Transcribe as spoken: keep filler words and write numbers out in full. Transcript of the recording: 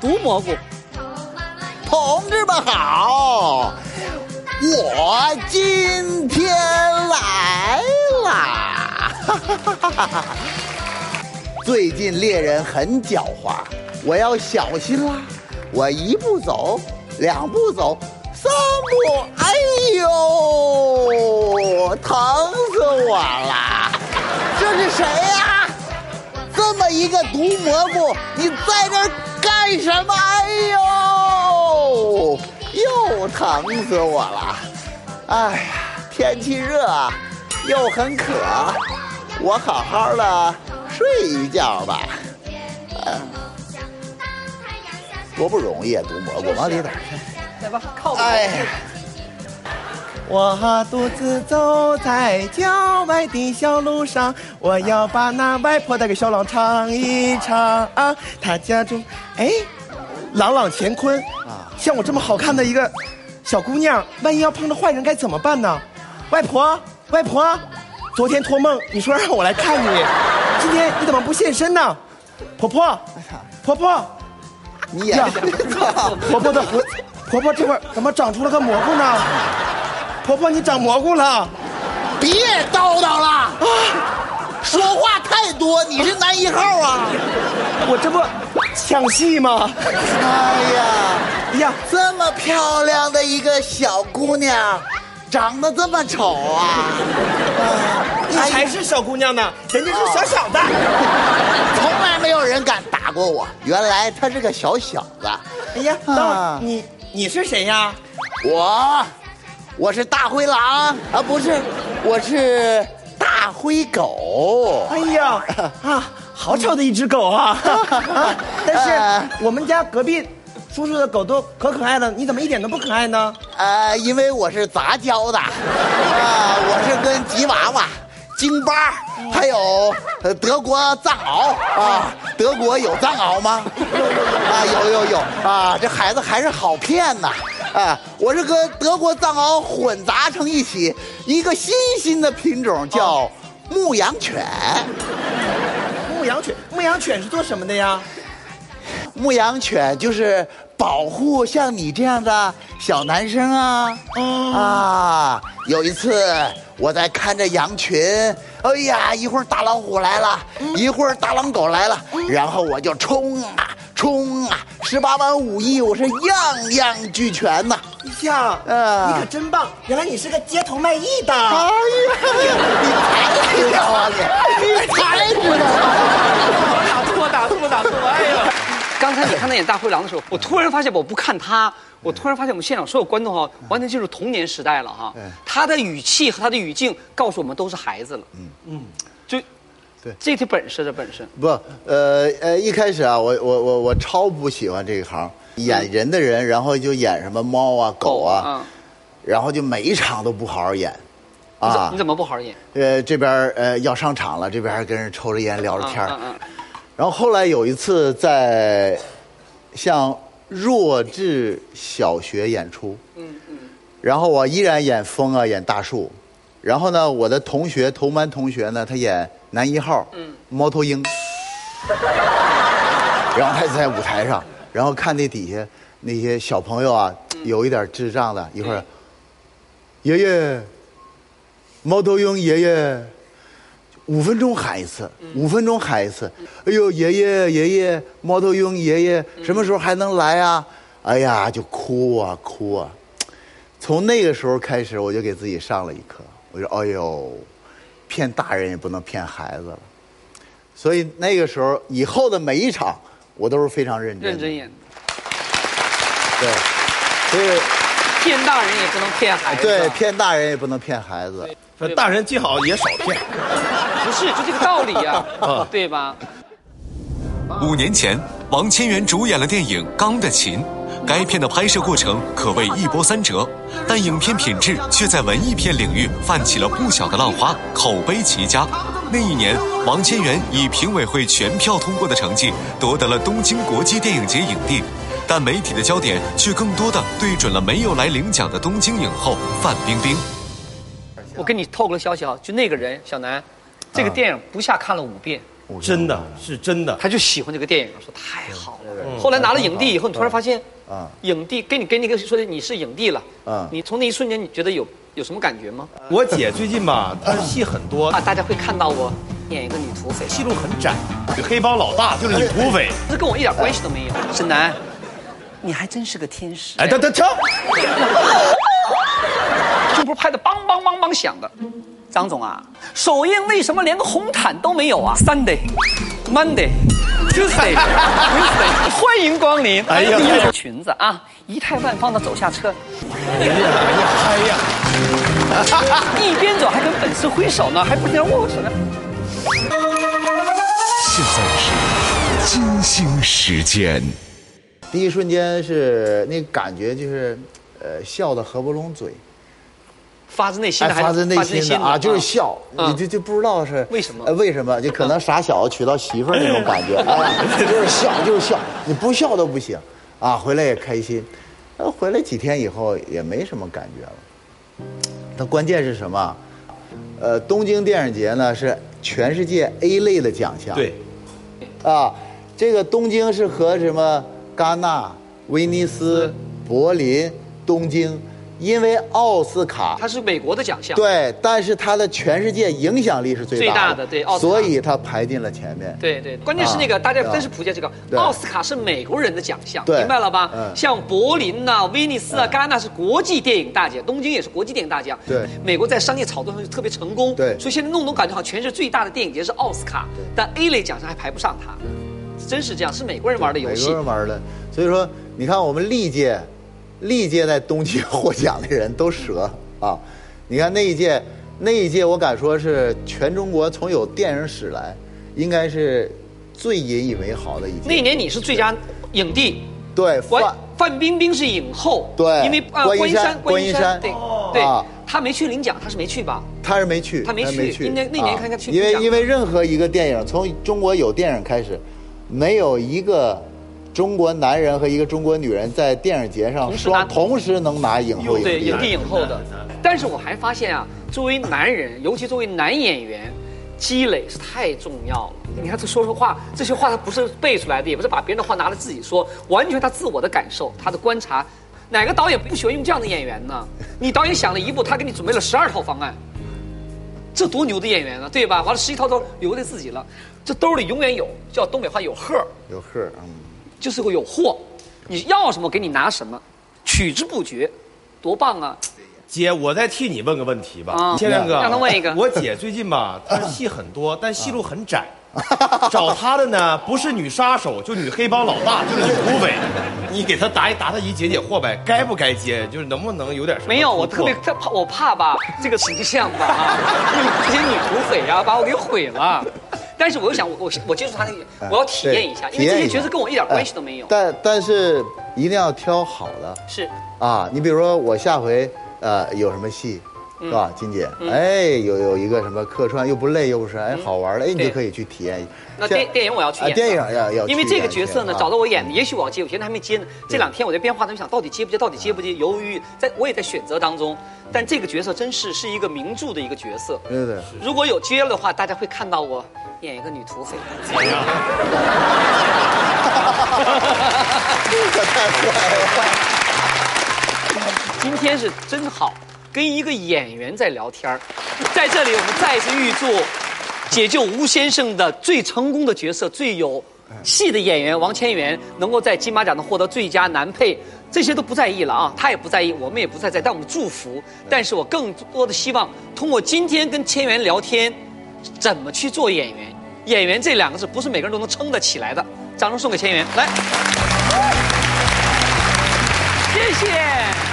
毒蘑菇。 同志们好，我今天来啦！最近猎人很狡猾，我要小心啦！我一步走，两步走，三步，哎呦，疼死我了！这是谁呀？这么一个毒蘑菇，你在这儿干什么？哎呦，又疼死我了！哎呀，天气热，又很渴，我好好的睡一觉吧。嗯，多不容易啊，毒蘑菇，往里点。 来吧，靠吧。 哎呀。 我独自走在郊外的小路上，我要把那外婆带给小郎唱一唱啊。他家中，哎，朗朗乾坤啊！像我这么好看的一个小姑娘，万一要碰到坏人该怎么办呢？外婆，外婆，昨天托梦你说让我来看你，今天你怎么不现身呢？婆婆，婆婆， 你也婆婆的胡，婆婆这会儿怎么长出了个蘑菇呢？婆婆，你长蘑菇了！ 别叨叨了啊！说话太多，你是男一号啊！ 我这不抢戏吗？ 哎呀呀，这么漂亮的一个小姑娘，长得这么丑啊！ 啊你才是小姑娘呢，人家是小小的。 从来没有人敢打过我，原来她是个小小子。 哎呀，等会儿你你是谁呀？ 我。我是大灰狼啊，不是，我是大灰狗。 哎呀，啊，好丑的一只狗啊！啊但是我们家隔壁叔叔的狗都可可爱了，你怎么一点都不可爱呢？ 呃，因为我是杂交的，啊，我是跟吉娃娃、京巴，还有德国藏獒啊。德国有藏獒吗？啊，有有有啊，这孩子还是好骗呐。啊，我是跟德国藏獒混杂成一起，一个新兴的品种叫牧羊犬。 牧羊犬，牧羊犬是做什么的呀？ 牧羊犬就是保护像你这样的小男生啊。哦、啊，有一次我在看着羊群，哎呀，一会儿大老虎来了，嗯、一会儿大狼狗来了，嗯、然后我就冲啊冲啊，十八般武艺我是样样俱全呐。 呀，呃，你可真棒！原来你是个街头卖艺的。哎呀， 你才知道啊你，你才知道啊！ 打错打错打错！哎呀，刚才你看那演大灰狼的时候，我突然发现我不看他，我突然发现我们现场所有观众哈，完全进入童年时代了哈。他的语气和他的语境告诉我们都是孩子了。嗯嗯，就。对，这挺本事的本事。 不，呃呃，一开始啊，我我我我超不喜欢这一行，演人的人，然后就演什么猫啊、狗啊，嗯、然后就每一场都不好好演， 啊，你怎么不好好演？ 呃，这边呃要上场了，这边还跟人抽着烟聊着天，嗯嗯嗯、然后后来有一次在像弱智小学演出，嗯嗯，然后我依然演风啊，演大树，然后呢，我的同学同班同学呢，他演。男一号，嗯，猫头鹰，然后他在舞台上，然后看那底下那些小朋友啊，嗯、有一点智障的，一会儿，嗯、爷爷，猫头鹰爷爷，五分钟喊一次，嗯、五分钟喊一次，哎呦，爷爷爷爷，猫头鹰爷爷，什么时候还能来啊？哎呀，就哭啊哭啊，从那个时候开始，我就给自己上了一课，我说，哎呦。骗大人也不能骗孩子了，所以那个时候以后的每一场我都是非常认真认真演的。 对，所以骗大人也不能骗孩子。 对，骗大人也不能骗孩子。 大人最好也少骗。 不是，就这个道理呀、啊，对吧？ 五年前，王千源主演了电影《钢的琴》。该片的拍摄过程可谓一波三折，但影片品质却在文艺片领域泛起了不小的浪花，口碑奇佳。那一年，王千源以评委会全票通过的成绩夺得了东京国际电影节影帝，但媒体的焦点却更多的对准了没有来领奖的东京影后范冰冰。 我跟你透个消息啊，就那个人小南，这个电影不下看了五遍。 真的是真的。 他就喜欢这个电影，说太好了。后来拿了影帝以后，你突然发现，啊，影帝给你给你个说你是影帝了，啊，你从那一瞬间你觉得有有什么感觉吗？ 我姐最近吧，她戏很多啊，大家会看到我演一个女土匪， 戏路很窄，黑帮老大就是女土匪， 这跟我一点关系都没有。沈南，你还真是个天使。 哎，等等停， 胸脯拍的梆梆梆梆响的。张总啊，首映为什么连个红毯都没有啊 ？Sunday, Monday, Tuesday, Wednesday， 欢迎光临！哎呀，哎呀裙子啊，仪态万方的走下车， 哎呀哎呀哎呀， 一边走还跟粉丝挥手呢，还不停地握手呢。 现在是金星时间。 第一瞬间是那感觉就是，呃，笑得合不拢嘴。 发自内心的， 哎、发自内心的啊，就是笑，啊、你就就不知道是为什么？ 呃，为什么？就可能傻小子娶到媳妇儿那种感觉，哎，就是笑，就是笑，你不笑都不行，啊，回来也开心，呃，回来几天以后也没什么感觉了。但关键是什么？呃，东京电影节呢是全世界 A 类的奖项， 对， 啊，这个东京是和什么戛纳、威尼斯、柏林、东京。因为奥斯卡它是美国的奖项， 对，但是它的全世界影响力是最大的， 最大的对，奥斯卡， 所以它排进了前面。 对对，关键是那个、啊、大家真是普及这个，奥斯卡是美国人的奖项，明白了吧？嗯、像柏林呐、啊、威尼斯啊、戛纳是国际电影大奖，东京也是国际电影大奖。 对， 美国在商业炒作上就特别成功， 对， 所以现在弄懂感觉好像全世界最大的电影节是奥斯卡，但 A 类奖项还排不上它，真是这样，是美国人玩的游戏。 美国人玩的，所以说你看我们历届。历届在东京获奖的人都折啊！你看那一届，那一届我敢说是全中国从有电影史来，应该是最引以为豪的一届。 那年你是最佳影帝， 对， 范范冰冰是影后， 对， 因为呃观音山， 观音山，对对， 啊， 他没去领奖，他是没去吧？ 他是没去， 他没去，那年那年看看去， 因为因为任何一个电影从中国有电影开始，没有一个。中国男人和一个中国女人在电影节上双同时能拿影后影帝， 对影帝影后的。但是我还发现啊，作为男人，尤其作为男演员，积累是太重要了。你看他说说话，这些话他不是背出来的，也不是把别人的话拿来自己说，完全他自我的感受，他的观察。哪个导演不喜欢用这样的演员呢？你导演想了一部，他给你准备了十二套方案，这多牛的演员啊，对吧？完了十一套都留给自己了，这兜里永远有，叫东北话有货， 有货，嗯。 就是会有货，你要什么给你拿什么，取之不绝，多棒啊！ 姐，我再替你问个问题吧， 啊， 千元哥， 让他问一个。 我姐最近吧，她戏很多，但戏路很窄。找她的呢，不是女杀手，就女黑帮老大，就是女土匪。你给她答一答，她一解解惑呗，该不该接？就是能不能有点什么？ 没有，我特别特怕，我怕吧，这个形象吧啊，这些女土匪啊，把我给毁了。但是我又想，我我我接触他那个，我要体验一下，因为这些角色跟我一点关系都没有。 但但是一定要挑好的。 是啊，你比如说我下回呃有什么戏，是吧，金姐？哎，有有一个什么客串，又不累又不是哎好玩的，哎，你就可以去体验一下。 那电电影我要去演， 电影要要。 因为这个角色呢，找到我演的，也许我要接，我现在还没接呢。这两天我在边画，在想到底接不接，到底接不接，犹豫，在我也在选择当中。但这个角色真是是一个名著的一个角色。 对对。 如果有接了的话，大家会看到我演一个女土匪。哎呀！ 这太坏了！ 今天是真好，跟一个演员在聊天在这里我们再一次预祝解救吴先生的最成功的角色、最有戏的演员王千源能够在金马奖能获得最佳男配。这些都不在意了啊，他也不在意，我们也不在在，但我们祝福。但是我更多的希望通过今天跟千源聊天，怎么去做演员？演员这两个字不是每个人都能撑得起来的。掌声送给千源，来，谢谢。